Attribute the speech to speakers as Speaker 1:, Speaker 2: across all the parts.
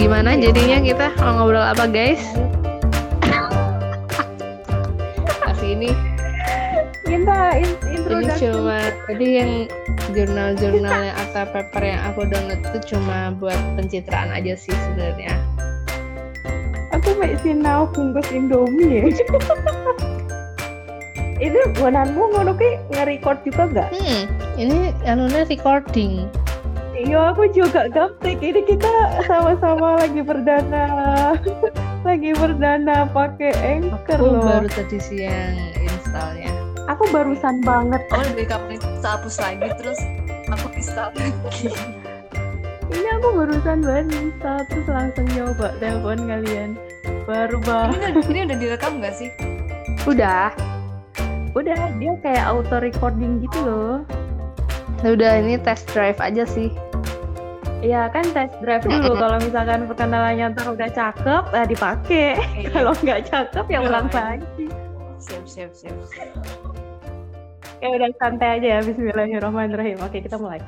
Speaker 1: Gimana jadinya kita mau ngobrol apa guys? Kasih ini
Speaker 2: Kita
Speaker 1: ini
Speaker 2: introduction.
Speaker 1: cuma tadi yang jurnal-jurnalnya atau paper yang aku download itu cuma buat pencitraan aja sih sebenarnya.
Speaker 2: Aku make sinau bungkus Indomie ya. Itu bonanmu ngono ki nge-record juga nggak?
Speaker 1: Ini anunya recording.
Speaker 2: Iya, aku juga gaptek. Ini kita sama-sama lagi perdana pakai Anchor
Speaker 1: Aku
Speaker 2: loh.
Speaker 1: baru tadi siang installnya.
Speaker 2: Aku barusan banget.
Speaker 3: Oh, dari kapan hapus lagi terus aku install lagi.
Speaker 2: Ini aku barusan banget install terus langsung nyoba telepon kalian. Baru banget.
Speaker 3: Ini udah direkam nggak sih?
Speaker 1: Udah,
Speaker 2: Dia kayak auto recording gitu loh.
Speaker 1: ini test drive aja sih.
Speaker 2: Iya kan test drive dulu. Kalau misalkan perkenalannya ntar udah cakep, dipakai.
Speaker 3: Iya.
Speaker 2: Kalau nggak cakep ya ulang
Speaker 3: Iya.
Speaker 2: lagi.
Speaker 3: Siap.
Speaker 2: Ya udah santai aja ya. Bismillahirrahmanirrahim. Oke, kita mulai.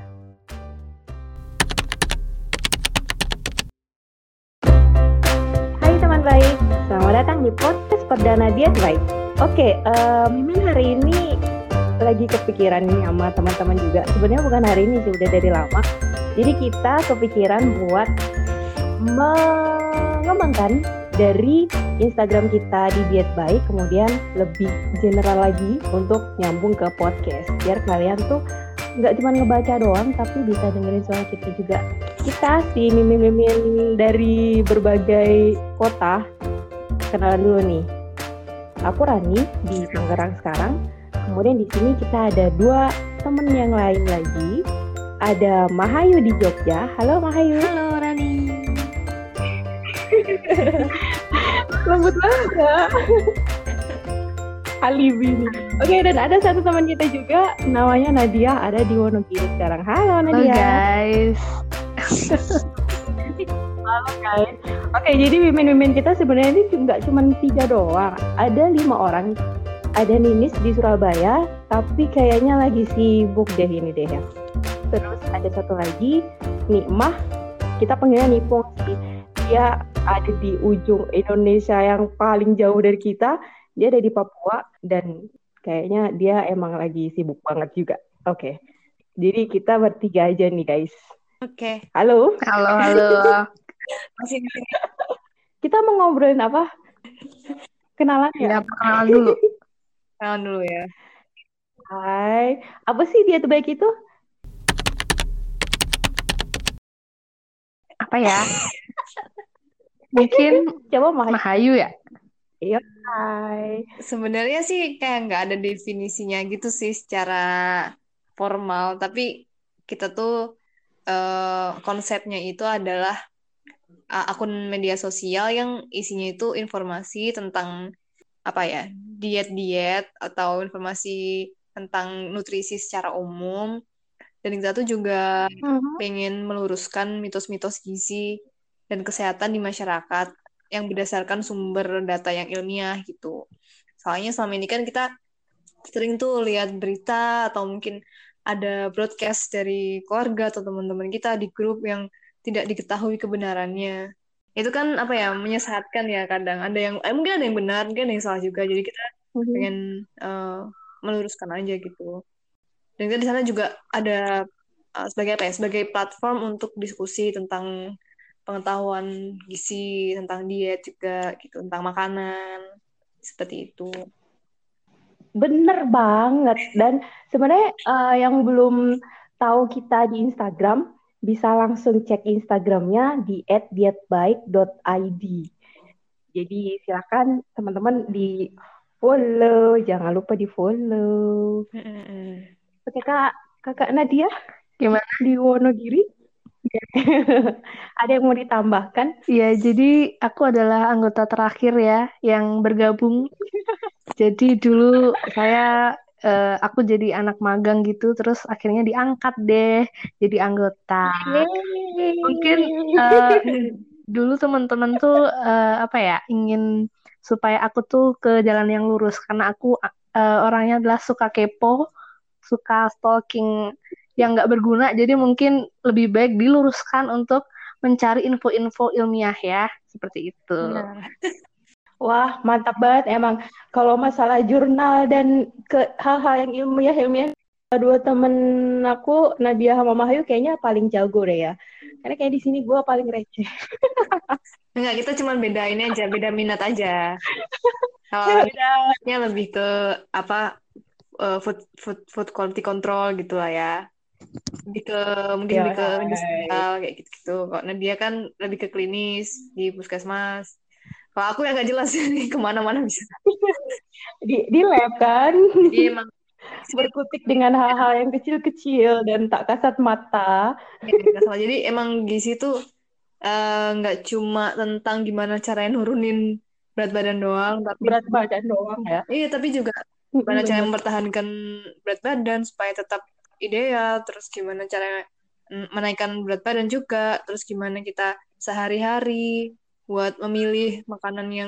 Speaker 2: Hai teman baik, selamat datang di podcast Perdana Diet Baik. Oke, Mimin hari ini lagi kepikiran nih sama teman-teman juga. Sebenarnya bukan hari ini sih, udah dari lama. Jadi kita kepikiran buat mengembangkan dari Instagram kita di Diet Baik, kemudian lebih general lagi untuk nyambung ke podcast. Biar kalian tuh nggak cuma ngebaca doang, tapi bisa dengerin suara kita juga. Kita si mimin-mimin dari berbagai kota. Kenalan dulu nih. Aku Rani di Tangerang sekarang. Kemudian di sini kita ada dua temen yang lain lagi. Ada Mahayu di Jogja. Halo Mahayu.
Speaker 3: Halo Rani.
Speaker 2: Lembut banget ya. Alibi nih. Oke, dan ada satu teman kita juga namanya Nadia, ada di Wonogiri sekarang. Halo
Speaker 1: Halo
Speaker 2: Nadia.
Speaker 1: guys.
Speaker 2: Halo guys. Oke, jadi mimin-mimin kita sebenarnya ini nggak cuma 3 doang. Ada 5 orang. Ada Ninis di Surabaya, tapi kayaknya lagi sibuk deh ini deh ya. Terus ada satu lagi, Nikmah. Kita panggilnya Nipong sih. Dia ada di ujung Indonesia yang paling jauh dari kita. Dia ada di Papua dan kayaknya dia emang lagi sibuk banget juga. Oke. Jadi kita bertiga aja nih guys.
Speaker 3: Oke.
Speaker 2: Halo.
Speaker 1: Halo.
Speaker 3: Masih di sini.
Speaker 2: Kita mau ngobrolin apa? Kenalan
Speaker 1: Ya,
Speaker 2: ya?
Speaker 1: perkenalan dulu.
Speaker 3: Kenalan dulu ya.
Speaker 2: Hai. Apa sih Diet Baik itu?
Speaker 1: Apa ya? Mungkin
Speaker 2: Coba Mahayu.
Speaker 1: Mahayu ya?
Speaker 2: Iya. Hai.
Speaker 3: Sebenarnya sih kayak nggak ada definisinya gitu sih secara formal, tapi kita tuh konsepnya itu adalah akun media sosial yang isinya itu informasi tentang apa ya, diet-diet atau informasi tentang nutrisi secara umum. Dan kita tuh juga pengen meluruskan mitos-mitos gizi dan kesehatan di masyarakat yang berdasarkan sumber data yang ilmiah gitu. Soalnya selama ini kan kita sering tuh lihat berita atau mungkin ada broadcast dari keluarga atau teman-teman kita di grup yang tidak diketahui kebenarannya. Itu kan apa ya, menyesatkan ya kadang. Ada yang mungkin ada yang benar, mungkin ada yang salah juga. Jadi kita pengen meluruskan aja gitu. Dan kita di sana juga ada sebagai apa ya? Sebagai platform untuk diskusi tentang pengetahuan gizi, tentang diet juga gitu, tentang makanan seperti itu.
Speaker 2: Bener banget. Dan sebenarnya yang belum tahu kita di Instagram bisa langsung cek Instagramnya di @dietbaik.id. Jadi silakan teman-teman di follow, jangan lupa di follow. Oke kakak Nadia,
Speaker 1: Gimana?
Speaker 2: di Wonogiri. Ada yang mau ditambahkan?
Speaker 1: Ya, jadi aku adalah anggota terakhir ya yang bergabung. Jadi dulu aku jadi anak magang gitu, terus akhirnya diangkat deh jadi anggota. Mungkin dulu teman-teman tuh ingin supaya aku tuh ke jalan yang lurus karena aku orangnya adalah suka kepo, suka stalking yang nggak berguna, jadi mungkin lebih baik diluruskan untuk mencari info-info ilmiah ya, seperti itu.
Speaker 3: Nah,
Speaker 2: Wah, mantap banget emang. Kalau masalah jurnal dan ke hal-hal yang ilmiah, dua temen aku, Nadia sama Mahayu kayaknya paling jago deh ya. Karena kayak di sini gue paling receh.
Speaker 3: enggak, kita cuma beda ini aja, beda minat aja. Kalau
Speaker 2: Ya
Speaker 3: orangnya
Speaker 2: udah.
Speaker 3: lebih ke apa food quality control gitu lah ya. Lebih ke mungkin lebih
Speaker 2: Ya,
Speaker 3: ke industrial kayak gitu-gitu. Kok Nadia kan lebih ke klinis di puskesmas. Kalau aku yang nggak jelas nih kemana-mana bisa.
Speaker 2: di lab kan,
Speaker 3: Jadi emang sih
Speaker 2: berkutik dengan hal-hal yang kecil-kecil dan tak kasat mata.
Speaker 3: ya, nggak salah. Jadi emang gizi tuh nggak cuma tentang gimana caranya nurunin berat badan doang, tapi
Speaker 2: Berat badan doang ya.
Speaker 3: iya, tapi juga gimana cara
Speaker 2: Bener.
Speaker 3: mempertahankan berat badan supaya tetap ideal, terus gimana cara menaikkan berat badan juga, terus gimana kita sehari-hari buat memilih makanan yang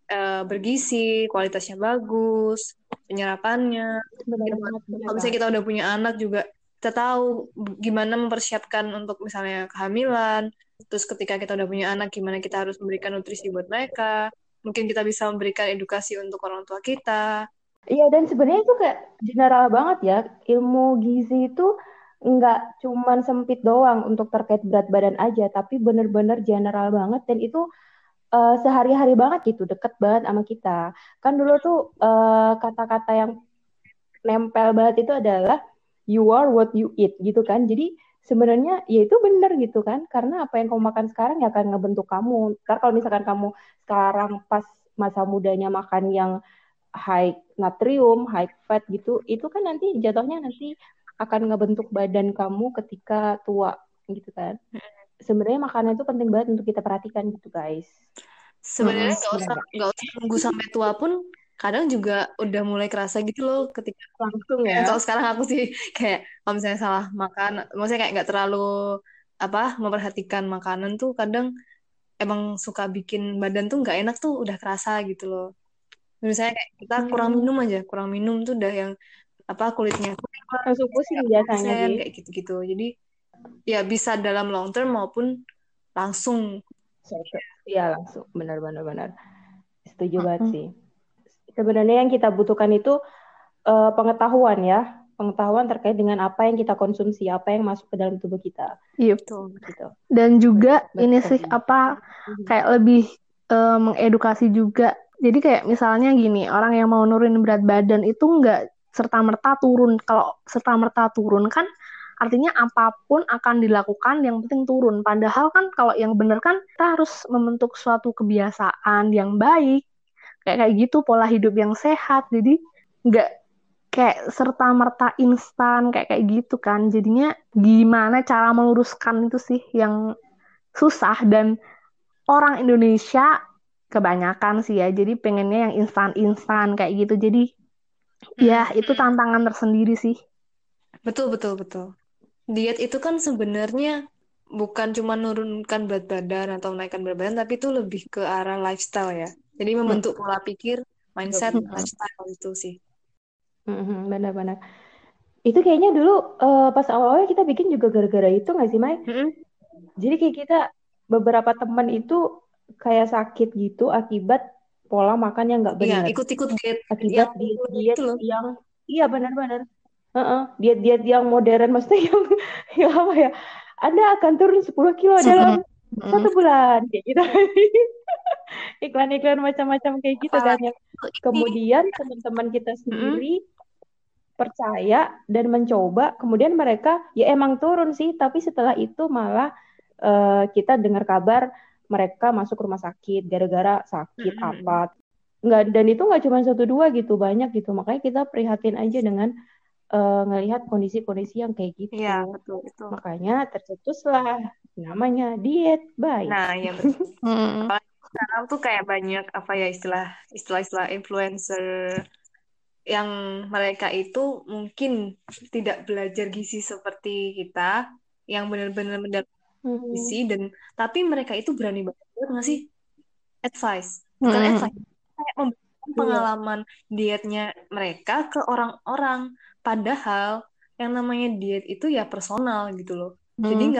Speaker 3: bergizi, kualitasnya bagus, penyerapannya.
Speaker 2: Bener
Speaker 3: Mungkin
Speaker 2: banget, bener
Speaker 3: kalau misalnya
Speaker 2: banget.
Speaker 3: kita udah punya anak juga, kita tahu gimana mempersiapkan untuk misalnya kehamilan, terus ketika kita udah punya anak, gimana kita harus memberikan nutrisi buat mereka. Mungkin kita bisa memberikan edukasi untuk orang tua kita.
Speaker 2: Iya, dan sebenarnya itu kayak general banget ya. Ilmu gizi itu nggak cuman sempit doang untuk terkait berat badan aja, tapi bener-bener general banget dan itu sehari-hari banget gitu, deket banget sama kita. Kan dulu tuh kata-kata yang nempel banget itu adalah you are what you eat gitu kan. Jadi sebenarnya ya itu bener gitu kan, karena apa yang kamu makan sekarang ya akan ngebentuk kamu. Ntar kalau misalkan kamu sekarang pas masa mudanya makan yang high natrium, high fat gitu, itu kan nanti jatuhnya nanti akan ngebentuk badan kamu ketika tua gitu kan. Sebenarnya makanan itu penting banget untuk kita perhatikan gitu guys.
Speaker 3: Sebenarnya
Speaker 1: Mm-mm.
Speaker 2: Benar nggak?
Speaker 3: nggak usah nunggu sampai tua pun, kadang juga udah mulai kerasa gitu loh ketika
Speaker 2: Langsung
Speaker 3: ya,
Speaker 2: ya.
Speaker 3: kalau sekarang aku sih kayak kalau misalnya salah makan, maksudnya kayak nggak terlalu apa memperhatikan makanan tuh kadang emang suka bikin badan tuh nggak enak tuh udah kerasa gitu loh. Misalnya kayak kita kurang
Speaker 2: Hmm,
Speaker 3: minum aja, kurang minum tuh udah yang apa kulitnya keluar,
Speaker 2: langsung pusing
Speaker 3: kayak
Speaker 2: biasanya
Speaker 3: konsen
Speaker 2: sih.
Speaker 3: kayak gitu-gitu. Jadi ya bisa dalam long term maupun langsung.
Speaker 2: Iya langsung, benar-benar benar. Setuju banget
Speaker 1: Mm-mm.
Speaker 2: sih. Sebenarnya yang kita butuhkan itu pengetahuan ya, pengetahuan terkait dengan apa yang kita konsumsi, apa yang masuk ke dalam tubuh kita,
Speaker 1: Yep.
Speaker 3: Tuh.
Speaker 2: gitu.
Speaker 1: Dan juga ini
Speaker 2: Betul.
Speaker 1: sih apa kayak lebih mengedukasi juga. Jadi kayak misalnya gini, orang yang mau nurunin berat badan itu nggak serta-merta turun. Kalau serta-merta turun kan artinya apapun akan dilakukan, yang penting turun. Padahal kan kalau yang benar kan kita harus membentuk suatu kebiasaan yang baik, kayak kayak gitu, pola hidup yang sehat. Jadi nggak kayak serta-merta instan kayak kayak gitu kan. Jadinya gimana cara meluruskan itu sih yang susah, dan orang Indonesia kebanyakan sih ya, jadi pengennya yang instan-instan kayak gitu. Jadi ya itu tantangan tersendiri sih.
Speaker 3: Betul, betul, betul. Diet itu kan sebenarnya bukan cuma menurunkan berat badan atau menaikkan berat badan, tapi itu lebih ke arah lifestyle ya. Jadi
Speaker 1: Mm,
Speaker 3: membentuk pola pikir, mindset,
Speaker 1: mm,
Speaker 3: lifestyle itu sih.
Speaker 2: Benar-benar. Itu kayaknya dulu pas awal-awal kita bikin juga gara-gara itu nggak sih, Mai?
Speaker 3: Mm-mm.
Speaker 2: Jadi kayak kita beberapa teman itu kayak sakit gitu akibat pola makan yang nggak
Speaker 3: Iya,
Speaker 2: benar,
Speaker 3: ikut-ikut diet
Speaker 2: akibat
Speaker 3: yang
Speaker 2: diet-diet
Speaker 3: itu loh.
Speaker 2: yang iya benar-benar. Diet-diet yang modern maksudnya yang yang apa ya? Anda akan turun 10 kilo dalam
Speaker 1: mm, mm,
Speaker 2: 1 bulan kayak gitu. Iklan-iklan macam-macam kayak gitu kan
Speaker 3: Apalagi
Speaker 2: yang
Speaker 3: ini.
Speaker 2: kemudian teman-teman kita
Speaker 3: Mm-mm.
Speaker 2: sendiri percaya dan mencoba, kemudian mereka ya emang turun sih, tapi setelah itu malah kita dengar kabar mereka masuk rumah sakit gara-gara sakit
Speaker 3: Mm-mm.
Speaker 2: apa. Nggak, dan itu nggak cuma satu dua gitu, banyak gitu. Makanya kita prihatin aja dengan ngelihat kondisi-kondisi yang kayak
Speaker 3: Iya,
Speaker 2: gitu.
Speaker 3: betul itu.
Speaker 2: Makanya tercetuslah namanya diet baik.
Speaker 3: Nah, iya betul.
Speaker 1: mm.
Speaker 3: Apalagi sekarang tuh kayak banyak apa ya istilah influencer yang mereka itu mungkin tidak belajar gizi seperti kita, yang benar-benar mendapat gizi
Speaker 2: Hmm.
Speaker 3: dan tapi mereka itu berani banget ngasih advice, bukan
Speaker 1: Mm.
Speaker 3: advice, kayak memberikan
Speaker 2: Iya.
Speaker 3: pengalaman dietnya mereka ke orang-orang. Padahal yang namanya diet itu ya personal gitu loh. Jadi
Speaker 1: Mm.
Speaker 3: nggak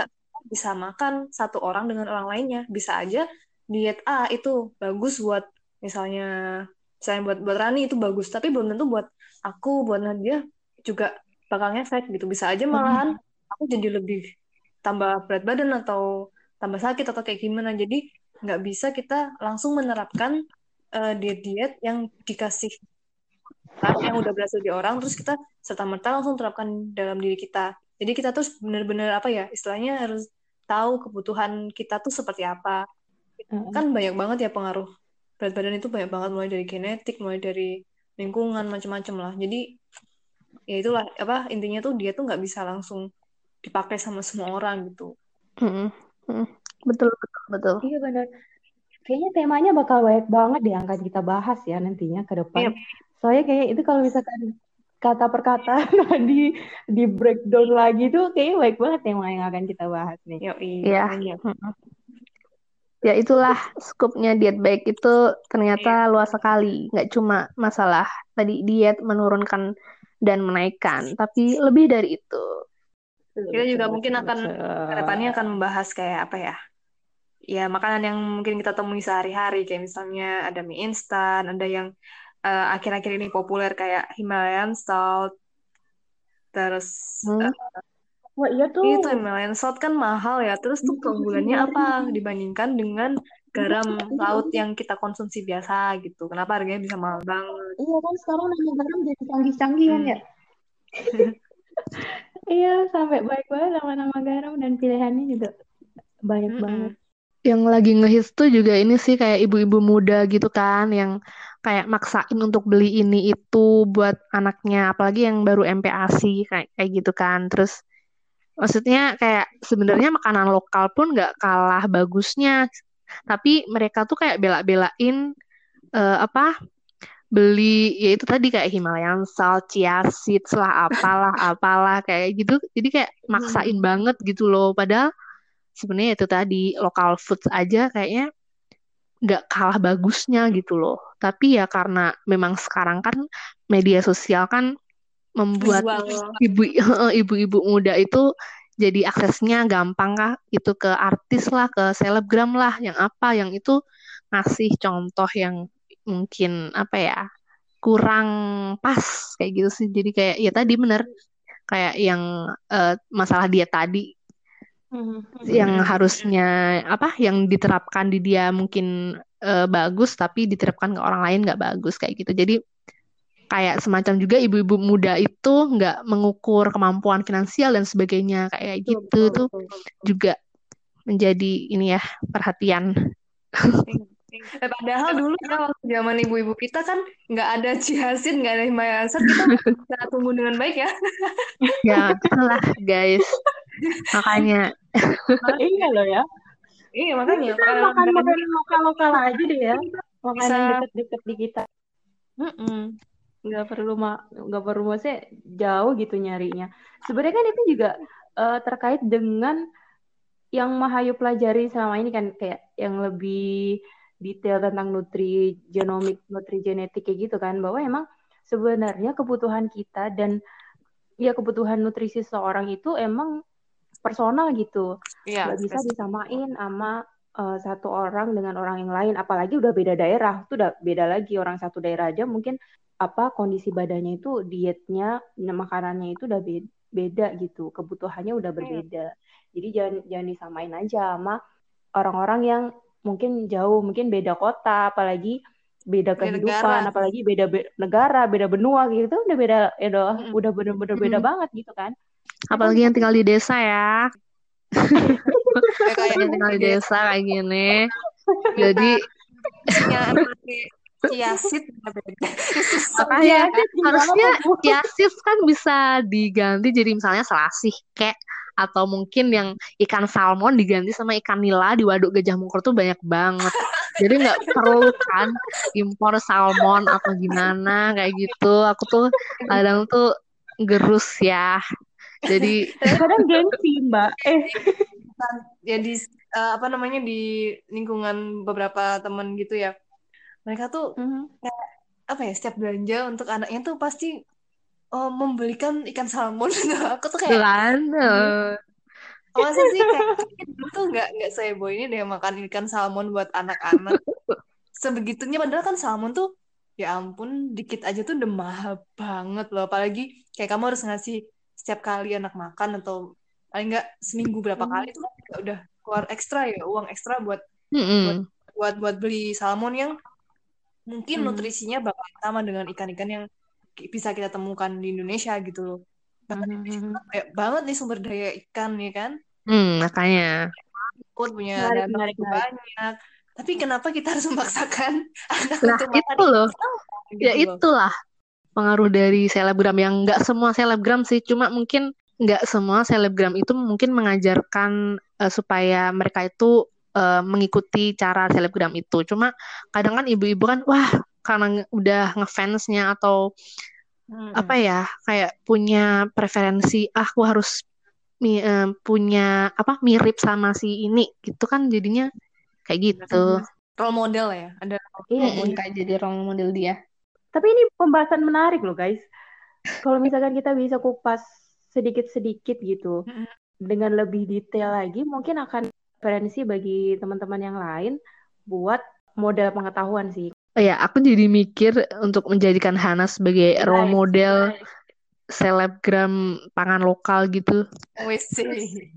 Speaker 3: bisa makan satu orang dengan orang lainnya. Bisa aja diet A itu bagus buat misalnya misalnya buat Rani itu bagus, tapi belum tentu buat aku, buat Nadia juga bakal ngefek gitu. Bisa aja malahan aku jadi lebih tambah berat badan atau tambah sakit atau kayak gimana. Jadi nggak bisa kita langsung menerapkan diet-diet yang dikasih orang, yang udah berhasil di orang, terus kita serta-merta langsung terapkan dalam diri kita. Jadi kita tuh bener-bener apa ya, istilahnya harus tahu kebutuhan kita tuh seperti apa.
Speaker 2: Heeh.
Speaker 3: Kan banyak banget ya pengaruh berat badan itu, banyak banget, mulai dari genetik, mulai dari lingkungan, macam-macam lah. Jadi ya itulah apa intinya tuh, dia tuh nggak bisa langsung dipakai sama semua orang gitu.
Speaker 1: Mm-mm. Mm. Betul, betul, betul.
Speaker 2: Iya benar. Kayaknya temanya bakal banyak banget deh yang akan kita bahas ya nantinya ke depan.
Speaker 3: Iya,
Speaker 2: Soalnya kayak itu kalau misalkan kata per kata di breakdown lagi tuh kayaknya baik banget tema yang akan kita bahas nih.
Speaker 3: yoi,
Speaker 1: Iya.
Speaker 3: makanya.
Speaker 1: Mm-mm. Ya itulah skupnya diet baik itu ternyata
Speaker 3: Iya.
Speaker 1: luas sekali. Nggak cuma masalah tadi diet menurunkan dan menaikkan, tapi lebih dari itu.
Speaker 2: Betul,
Speaker 3: Kita juga
Speaker 2: betul,
Speaker 3: mungkin
Speaker 2: betul,
Speaker 3: akan kedepannya
Speaker 2: betul.
Speaker 3: akan membahas kayak apa ya? Ya makanan yang mungkin kita temui sehari-hari, kayak misalnya ada mie instan, ada yang akhir-akhir ini populer kayak Himalayan salt, terus
Speaker 1: Hmm.
Speaker 2: Wah iya tuh.
Speaker 3: itu Himalayan salt kan mahal ya, terus tuh keunggulannya apa dibandingkan dengan garam laut yang kita konsumsi biasa gitu, kenapa harganya bisa mahal banget.
Speaker 2: Iya kan sekarang nama garam jadi canggih-canggih kan ya.
Speaker 3: Hmm.
Speaker 2: Iya sampai baik banget nama-nama garam dan pilihannya juga banyak banget.
Speaker 3: Mm-mm.
Speaker 1: Yang lagi ngehits tuh juga ini sih kayak ibu-ibu muda gitu kan, yang kayak maksain untuk beli ini itu buat anaknya, apalagi yang baru MPASI kayak kayak gitu kan. Terus maksudnya kayak sebenarnya makanan lokal pun nggak kalah bagusnya, tapi mereka tuh kayak bela-belain apa beli ya itu tadi kayak Himalayan salt, chia seeds lah, apalah apalah kayak gitu. Jadi kayak maksain banget gitu loh. Padahal sebenarnya itu tadi lokal foods aja kayaknya nggak kalah bagusnya gitu loh. Tapi ya karena memang sekarang kan media sosial kan membuat
Speaker 3: Visual.
Speaker 1: ibu ibu-ibu muda itu jadi aksesnya gampang kah itu ke artis lah, ke selebgram lah, yang apa yang itu ngasih contoh yang mungkin apa ya kurang pas kayak gitu sih. Jadi kayak ya tadi bener kayak yang masalah dia tadi yang
Speaker 3: Mm-mm.
Speaker 1: harusnya apa yang diterapkan di dia mungkin bagus tapi diterapkan ke orang lain nggak bagus kayak gitu. Jadi kayak semacam juga ibu-ibu muda itu nggak mengukur kemampuan finansial dan sebagainya kayak
Speaker 3: Betul,
Speaker 1: gitu
Speaker 3: betul,
Speaker 1: tuh
Speaker 3: betul.
Speaker 1: juga menjadi ini ya perhatian.
Speaker 3: Padahal dulu ya waktu zaman ibu-ibu kita kan nggak ada Ciasin, nggak ada Himalayan salt, kita bisa tumbuh dengan baik ya.
Speaker 1: Ya itulah guys makanya
Speaker 2: Iya loh ya.
Speaker 3: Iya
Speaker 2: Ini
Speaker 3: makanya
Speaker 2: kita
Speaker 3: makanan
Speaker 2: makan
Speaker 3: makanan
Speaker 2: makanan lokal-lokal aja deh ya. Makan
Speaker 3: bisa.
Speaker 2: yang deket-deket di kita.
Speaker 3: Mm-mm.
Speaker 2: Nggak perlu maksudnya jauh gitu nyarinya. Sebenarnya kan itu juga terkait dengan yang Mahayu pelajari selama ini kan kayak yang lebih detail tentang genomik, nutrigenetik kayak gitu kan, bahwa emang sebenarnya kebutuhan kita dan ya kebutuhan nutrisi seseorang itu emang personal gitu,
Speaker 3: Iya,
Speaker 2: nggak bisa
Speaker 3: spesifik.
Speaker 2: disamain sama satu orang dengan orang yang lain, apalagi udah beda daerah, tuh udah beda lagi. Orang satu daerah aja mungkin apa kondisi badannya itu, dietnya, makanannya itu udah beda gitu, kebutuhannya udah
Speaker 3: Iya.
Speaker 2: berbeda. Jadi jangan jangan disamain aja sama orang-orang yang mungkin jauh, mungkin beda kota, apalagi beda
Speaker 3: Di negara.
Speaker 2: kehidupan, apalagi beda negara, beda benua gitu, udah beda,
Speaker 3: Mm-mm.
Speaker 2: udah bener-bener beda
Speaker 1: mm,
Speaker 2: banget gitu kan. Kita
Speaker 1: apalagi yang tinggal di desa ya
Speaker 3: Kayak
Speaker 1: yang tinggal di
Speaker 3: di
Speaker 1: desa kayak gini
Speaker 3: minta
Speaker 1: jadi
Speaker 3: isinya pakai chiasid nggak beda. Susah.
Speaker 1: makanya
Speaker 2: Iya, Sid, gimana
Speaker 1: harusnya
Speaker 2: tuh, Bu?
Speaker 1: chiasis kan bisa diganti jadi misalnya selasih kek atau mungkin yang ikan salmon diganti sama ikan nila di Waduk Gajah Mungkur tuh banyak banget. Jadi nggak perlu kan impor salmon atau gimana kayak gitu. Aku tuh kadang tuh gerus ya. Jadi
Speaker 2: Kadang gengsi, Mbak.
Speaker 3: Ya di apa namanya di lingkungan beberapa teman gitu ya. Mereka tuh
Speaker 2: Mhm.
Speaker 3: kayak apa ya, setiap belanja untuk anaknya tuh pasti membelikan ikan salmon. Aku tuh
Speaker 1: tuh
Speaker 3: kayak
Speaker 1: kan
Speaker 3: Masa sih kayaknya dulu tuh nggak seheboh ini deh makan ikan salmon buat anak-anak. Sebegitunya padahal kan salmon tuh ya ampun dikit aja tuh udah mahal banget loh. Apalagi kayak kamu harus ngasih setiap kali anak makan atau paling nggak seminggu berapa kali itu kan udah keluar ekstra ya uang ekstra buat buat
Speaker 1: Mm-mm.
Speaker 3: buat beli salmon yang mungkin
Speaker 2: Mhm.
Speaker 3: nutrisinya bakal sama dengan ikan-ikan yang bisa kita temukan di Indonesia gitu loh. Bahkan Indonesia tuh
Speaker 2: Mhm.
Speaker 3: kan banyak banget nih sumber daya ikan ya kan.
Speaker 1: Makanya.
Speaker 3: Pun punya
Speaker 2: Menarik,
Speaker 3: danau
Speaker 2: menarik,
Speaker 3: juga
Speaker 2: menarik.
Speaker 3: banyak. Tapi kenapa kita harus memaksakan anak
Speaker 1: Nah,
Speaker 3: untuk makan
Speaker 1: itu
Speaker 3: ikan
Speaker 1: loh.
Speaker 3: salmon
Speaker 1: Ya
Speaker 3: gitu loh.
Speaker 1: itulah pengaruh dari selebgram yang nggak semua selebgram sih, cuma mungkin nggak semua selebgram itu mungkin mengajarkan supaya mereka itu mengikuti cara selebgram itu. Cuma kadang kan ibu-ibu kan, wah karena udah ngefansnya atau apa
Speaker 3: Mm-mm.
Speaker 1: ya, kayak punya preferensi, ah aku harus punya apa mirip sama si ini gitu kan jadinya kayak gitu.
Speaker 2: Mhm.
Speaker 3: Role model ya, ada
Speaker 2: Iya
Speaker 3: role
Speaker 2: sih.
Speaker 1: Kayak jadi role model dia.
Speaker 2: Tapi ini pembahasan menarik loh guys. Kalau misalkan kita bisa kupas sedikit-sedikit gitu,
Speaker 3: model.
Speaker 2: dengan lebih detail lagi, mungkin akan referensi bagi teman-teman yang lain buat modal pengetahuan sih.
Speaker 1: Oh ya, aku jadi mikir untuk menjadikan Hana sebagai role
Speaker 2: Nice,
Speaker 1: model
Speaker 2: nice.
Speaker 1: selebgram pangan lokal gitu.
Speaker 3: Wes sih.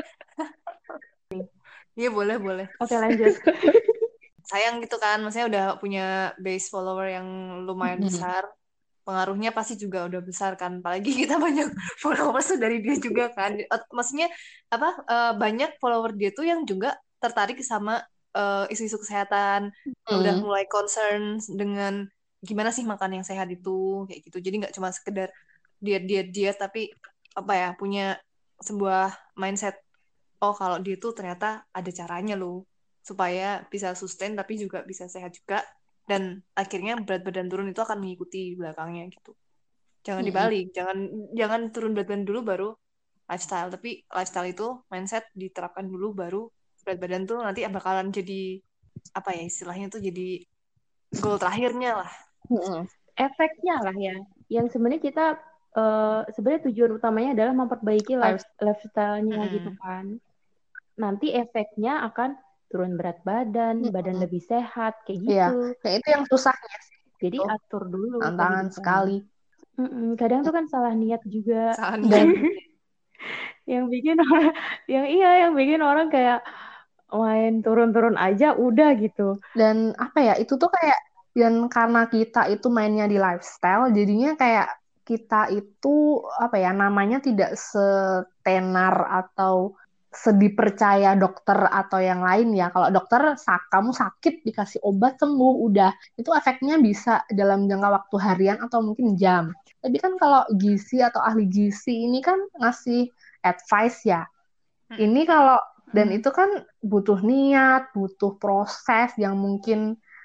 Speaker 3: Iya boleh boleh.
Speaker 2: Oke lanjut.
Speaker 3: Sayang gitu kan, maksudnya udah punya base follower yang lumayan
Speaker 1: Mm-mm.
Speaker 3: besar. Pengaruhnya pasti juga udah besar kan. Apalagi kita banyak followers tuh dari dia juga kan. Maksudnya apa banyak follower dia tuh yang juga tertarik sama isu-isu kesehatan, udah
Speaker 1: Mm.
Speaker 3: mulai concern dengan gimana sih makan yang sehat itu kayak gitu. Jadi nggak cuma sekedar diet tapi apa ya punya sebuah mindset oh kalau dia tuh ternyata ada caranya loh supaya bisa sustain tapi juga bisa sehat juga dan akhirnya berat badan turun itu akan mengikuti belakangnya gitu. Jangan
Speaker 1: Mm-mm.
Speaker 3: dibalik, jangan jangan turun berat badan dulu baru lifestyle, tapi lifestyle itu mindset diterapkan dulu baru berat badan tuh nanti bakalan jadi apa ya istilahnya tuh jadi goal terakhirnya lah.
Speaker 1: Mm-mm.
Speaker 2: Efeknya lah ya. Yang sebenarnya kita sebenarnya tujuan utamanya adalah memperbaiki
Speaker 1: Life.
Speaker 2: lifestyle-nya gitu
Speaker 3: Mm-mm.
Speaker 2: kan. Nanti efeknya akan turun berat badan, badan
Speaker 1: Mm-mm.
Speaker 2: lebih sehat, kayak
Speaker 1: Iya,
Speaker 2: gitu.
Speaker 1: ya itu yang susahnya sih
Speaker 2: Jadi
Speaker 1: itu
Speaker 2: atur dulu
Speaker 1: tantangan
Speaker 2: kehidupannya.
Speaker 1: sekali.
Speaker 2: Kadang tuh kan salah niat juga
Speaker 3: Salah niat.
Speaker 1: Dan
Speaker 2: yang bikin orang, yang bikin orang kayak main turun-turun aja udah gitu.
Speaker 1: apa ya itu tuh kayak dan karena kita itu mainnya di lifestyle jadinya kayak kita itu apa ya namanya tidak setenar atau sedipercaya dokter atau yang lain ya. Kalau dokter kamu sakit dikasih obat sembuh udah itu efeknya bisa dalam jangka waktu harian atau mungkin jam. Tapi kan kalau gizi atau ahli gizi ini kan ngasih advice ya.
Speaker 3: Mm-mm.
Speaker 1: Ini kalau dan
Speaker 2: Hmm.
Speaker 1: itu kan butuh niat, butuh proses yang mungkin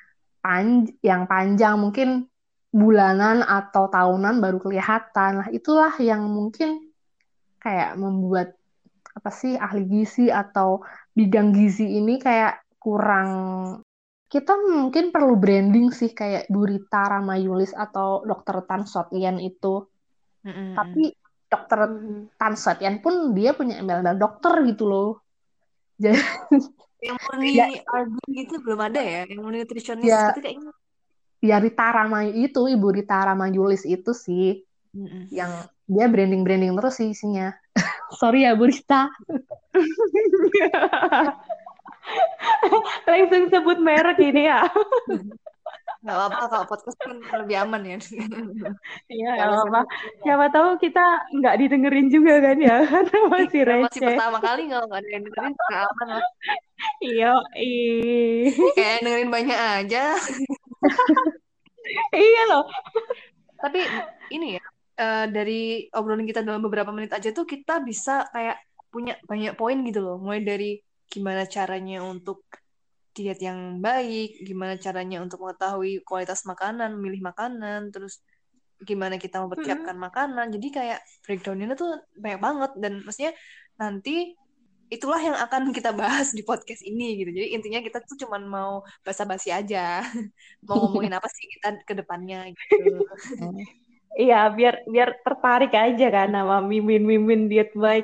Speaker 1: yang panjang, mungkin bulanan atau tahunan baru kelihatan. Nah, itulah yang mungkin kayak membuat apa sih ahli gizi atau bidang gizi ini kayak kurang. Kita mungkin perlu branding sih kayak Durita Ramayulis atau Dokter Tan Sotien itu. Tapi
Speaker 3: Mm-mm.
Speaker 1: Dokter
Speaker 2: Mhm.
Speaker 1: Tan Sotien pun dia punya embel-embel dokter gitu loh. Jadi
Speaker 3: Yang murni
Speaker 1: ya
Speaker 3: RD gitu belum ada ya, yang murni nutritionist
Speaker 1: ya
Speaker 3: gitu kayaknya.
Speaker 1: ya Rita Ramayu itu Ibu Rita Ramayulis itu sih
Speaker 3: Mm-mm.
Speaker 1: yang dia branding-branding terus sih isinya. Sorry ya Bu Rita.
Speaker 2: Langsung sebut merek ini ya.
Speaker 3: Nggak apa-apa kalau podcast kan lebih aman ya.
Speaker 2: Iya,
Speaker 3: Nggak
Speaker 2: nggak
Speaker 3: harus
Speaker 2: apa-apa.
Speaker 3: sebut.
Speaker 2: Siapa tahu kita nggak didengerin juga kan ya, karena masih
Speaker 3: Karena masih
Speaker 2: receh.
Speaker 3: pertama kali nggak ada yang dengerin nggak aman lah.
Speaker 2: Iya,
Speaker 3: Kayak yang dengerin banyak aja.
Speaker 2: iya loh.
Speaker 3: Tapi ini ya dari obrolan kita dalam beberapa menit aja tuh kita bisa kayak punya banyak poin gitu loh. Mulai dari gimana caranya untuk diet yang baik, gimana caranya untuk mengetahui kualitas makanan, memilih makanan, terus gimana kita
Speaker 2: Mm-mm.
Speaker 3: mempersiapkan makanan. Jadi kayak breakdown-nya tuh banyak banget dan maksudnya nanti itulah yang akan kita bahas di podcast ini gitu. Jadi intinya kita tuh cuman mau basa-basi aja. Mau ngomongin apa sih kita ke depannya gitu.
Speaker 2: Iya, biar biar tertarik aja kan sama mimin-mimin diet baik.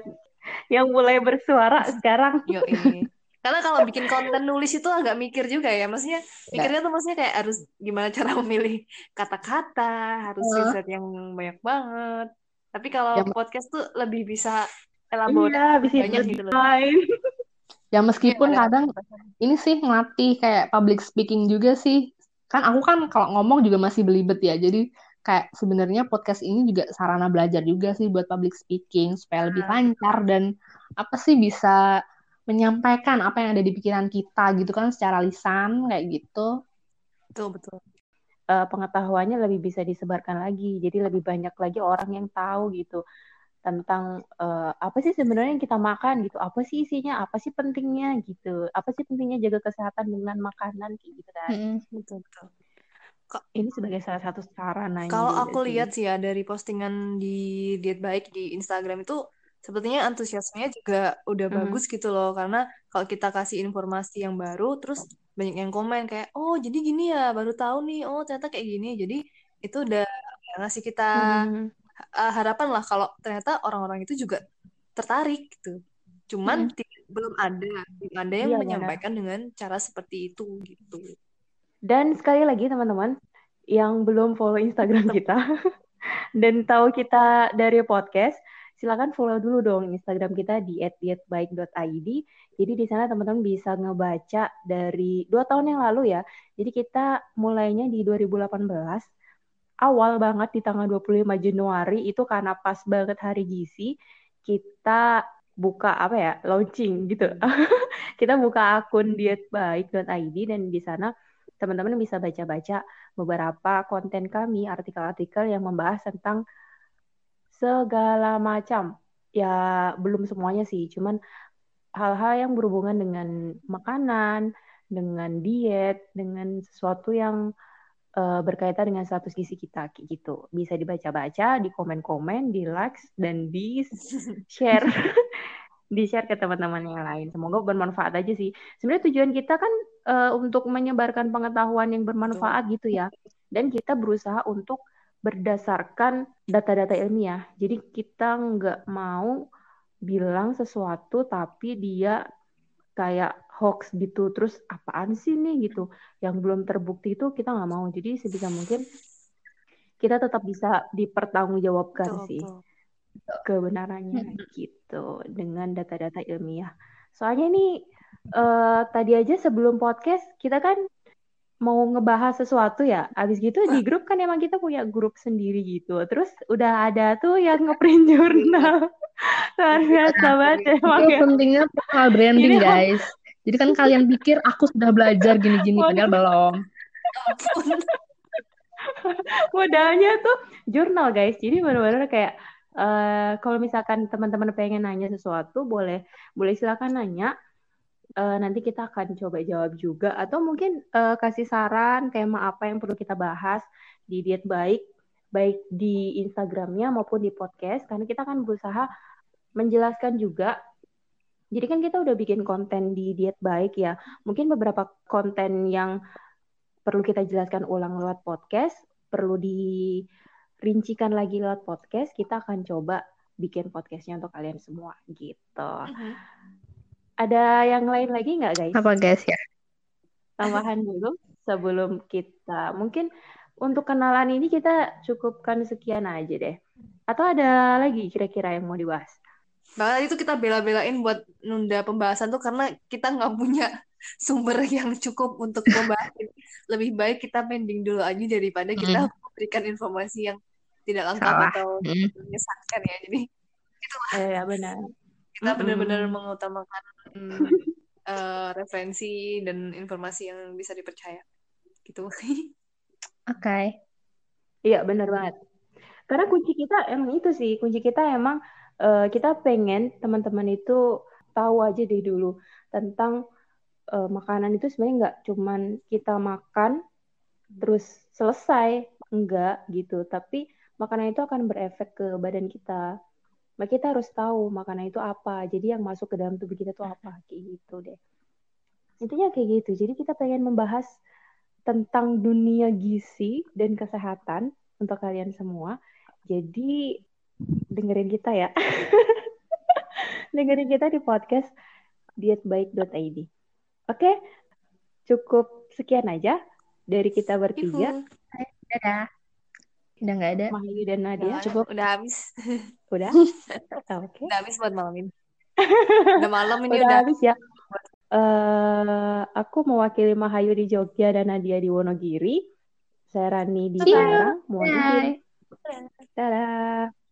Speaker 2: yang mulai bersuara sekarang.
Speaker 3: Yoi. Karena kalau bikin konten nulis itu agak mikir juga ya. Maksudnya
Speaker 1: Ya.
Speaker 3: mikirnya tuh maksudnya kayak harus gimana cara memilih kata-kata, harus
Speaker 1: Eh,
Speaker 3: riset yang banyak banget. Tapi kalau
Speaker 1: ya,
Speaker 3: podcast tuh lebih bisa elaborasi
Speaker 2: Iya,
Speaker 3: lebih
Speaker 2: bisa
Speaker 3: banyak gitu loh.
Speaker 2: define.
Speaker 1: ya
Speaker 3: Iya,
Speaker 1: meskipun
Speaker 3: ada
Speaker 1: kadang
Speaker 3: batasan.
Speaker 1: ini sih ngelatih kayak public speaking juga sih. Kan aku kan kalau ngomong juga masih belibet ya. Jadi kayak sebenarnya podcast ini juga sarana belajar juga sih buat public speaking supaya lebih
Speaker 3: Nah,
Speaker 1: lancar dan apa sih bisa menyampaikan apa yang ada di pikiran kita gitu kan secara lisan kayak gitu.
Speaker 3: betul, betul.
Speaker 2: Pengetahuannya lebih bisa disebarkan lagi. Jadi lebih banyak lagi orang yang tahu gitu tentang apa sih sebenarnya yang kita makan gitu. Apa sih isinya? Apa sih pentingnya gitu. Apa sih pentingnya jaga kesehatan dengan makanan kayak gitu kan.
Speaker 1: Mm-mm.
Speaker 3: Betul, betul. Ka-
Speaker 2: Ini sebagai salah satu sarananya
Speaker 3: Kalau
Speaker 2: juga
Speaker 3: aku
Speaker 2: sih.
Speaker 3: lihat sih ya dari postingan di Diet Baik di Instagram itu sepertinya antusiasmenya juga udah
Speaker 2: Mhm.
Speaker 3: bagus gitu loh karena kalau kita kasih informasi yang baru terus banyak yang komen kayak oh jadi gini ya baru tahu nih oh ternyata kayak gini jadi itu udah ngasih kita
Speaker 2: Mhm.
Speaker 3: harapan lah kalau ternyata orang-orang itu juga tertarik gitu. Cuman
Speaker 1: Mm-mm.
Speaker 3: belum ada yang
Speaker 2: Iya benar.
Speaker 3: menyampaikan dengan cara seperti itu gitu.
Speaker 2: Dan sekali lagi teman-teman yang belum follow Instagram
Speaker 3: Tem-
Speaker 2: kita dan tahu kita dari podcast, silakan follow dulu dong Instagram kita di @dietbaik.id. Jadi di sana teman-teman bisa ngebaca dari 2 tahun yang lalu ya. Jadi kita mulainya di 2018, awal banget di tanggal 25 Januari itu karena pas banget hari gizi, kita buka apa ya, launching gitu. Kita buka akun dietbaik.id dan di sana teman-teman bisa baca-baca beberapa konten kami, artikel-artikel yang membahas tentang segala macam. Ya, belum semuanya sih, cuman hal-hal yang berhubungan dengan makanan, dengan diet, dengan sesuatu yang berkaitan dengan status gizi kita kayak gitu. Bisa dibaca-baca, di komen-komen, di likes dan di share di share ke teman-teman yang lain. Semoga bermanfaat aja sih. Sebenarnya tujuan kita kan untuk menyebarkan pengetahuan yang
Speaker 3: Betul.
Speaker 2: bermanfaat gitu ya. Dan kita berusaha untuk berdasarkan data-data ilmiah. Jadi kita nggak mau bilang sesuatu tapi dia kayak hoax gitu. Terus apaan sih nih gitu. Yang belum terbukti itu kita nggak mau. Jadi sebisa mungkin kita tetap bisa dipertanggungjawabkan
Speaker 3: Betul,
Speaker 2: sih
Speaker 3: betul.
Speaker 2: kebenarannya
Speaker 1: Mm-mm.
Speaker 2: gitu dengan data-data ilmiah. Soalnya nih tadi aja sebelum podcast kita kan mau ngebahas sesuatu ya. Abis gitu di grup kan emang kita punya grup sendiri gitu. Terus udah ada tuh yang ngeprint
Speaker 3: Iya,
Speaker 2: jurnal. Luar biasa
Speaker 3: iya,
Speaker 2: banget
Speaker 3: iya.
Speaker 2: emang
Speaker 1: Itu
Speaker 2: ya.
Speaker 1: pentingnya personal branding,
Speaker 2: Ini
Speaker 1: guys. Jadi kan kalian pikir aku sudah belajar gini-gini, padahal belum.
Speaker 3: Ampun.
Speaker 2: modalnya tuh jurnal guys. Jadi benar-benar kayak kalau misalkan teman-teman pengen nanya sesuatu boleh boleh silakan nanya. Nanti kita akan coba jawab juga atau mungkin kasih saran tema apa yang perlu kita bahas di diet baik baik di Instagramnya maupun di podcast karena kita akan berusaha menjelaskan juga. Jadi kan kita udah bikin konten di diet baik ya. Mungkin beberapa konten yang perlu kita jelaskan ulang lewat podcast, perlu dirincikan lagi lewat podcast, kita akan coba bikin podcastnya untuk kalian semua gitu.
Speaker 3: Mhm.
Speaker 2: Ada yang lain lagi nggak guys?
Speaker 1: Apa guys ya?
Speaker 2: Tambahan dulu sebelum kita mungkin untuk kenalan ini kita cukupkan sekian aja deh. Atau ada lagi kira-kira yang mau dibahas?
Speaker 3: Bahkan itu kita bela-belain buat nunda pembahasan tuh karena kita nggak punya sumber yang cukup untuk membahas ini. Lebih baik kita pending dulu aja daripada kita
Speaker 1: Mm,
Speaker 3: memberikan informasi yang tidak lengkap
Speaker 1: salah.
Speaker 3: atau
Speaker 1: Mm.
Speaker 3: menyesatkan ya. Jadi
Speaker 2: Ya benar.
Speaker 3: kita benar-benar
Speaker 2: Mm-mm.
Speaker 3: mengutamakan referensi dan informasi yang bisa dipercaya. Gitu.
Speaker 1: Oke.
Speaker 2: Iya benar banget. Karena kunci kita emang itu sih, kunci kita emang kita pengen teman-teman itu tahu aja deh dulu tentang makanan itu sebenarnya nggak cuman kita makan terus selesai, enggak gitu. Tapi makanan itu akan berefek ke badan kita. Maka kita harus tahu makanan itu apa. Jadi yang masuk ke dalam tubuh kita tuh apa kayak gitu deh. Intinya kayak gitu. Jadi kita pengen membahas tentang dunia gizi dan kesehatan untuk kalian semua. Jadi dengerin kita ya. dengerin kita di podcast dietbaik.id. Oke, cukup sekian aja dari kita bertiga.
Speaker 3: Yuhu.
Speaker 1: Dadah. Udah nggak ada.
Speaker 2: Mahayu dan Nadia.
Speaker 1: Cukup.
Speaker 3: Udah habis.
Speaker 2: Udah? Oke.
Speaker 3: Udah habis buat malam ini. Udah malam ini
Speaker 2: Udah
Speaker 3: udah.
Speaker 2: habis ya. Aku mewakili Mahayu di Jogja dan Nadia di Wonogiri. Saya Rani di
Speaker 3: Bye-bye.
Speaker 2: Tangerang. Mohon izin.
Speaker 1: Bye.
Speaker 2: Dadah.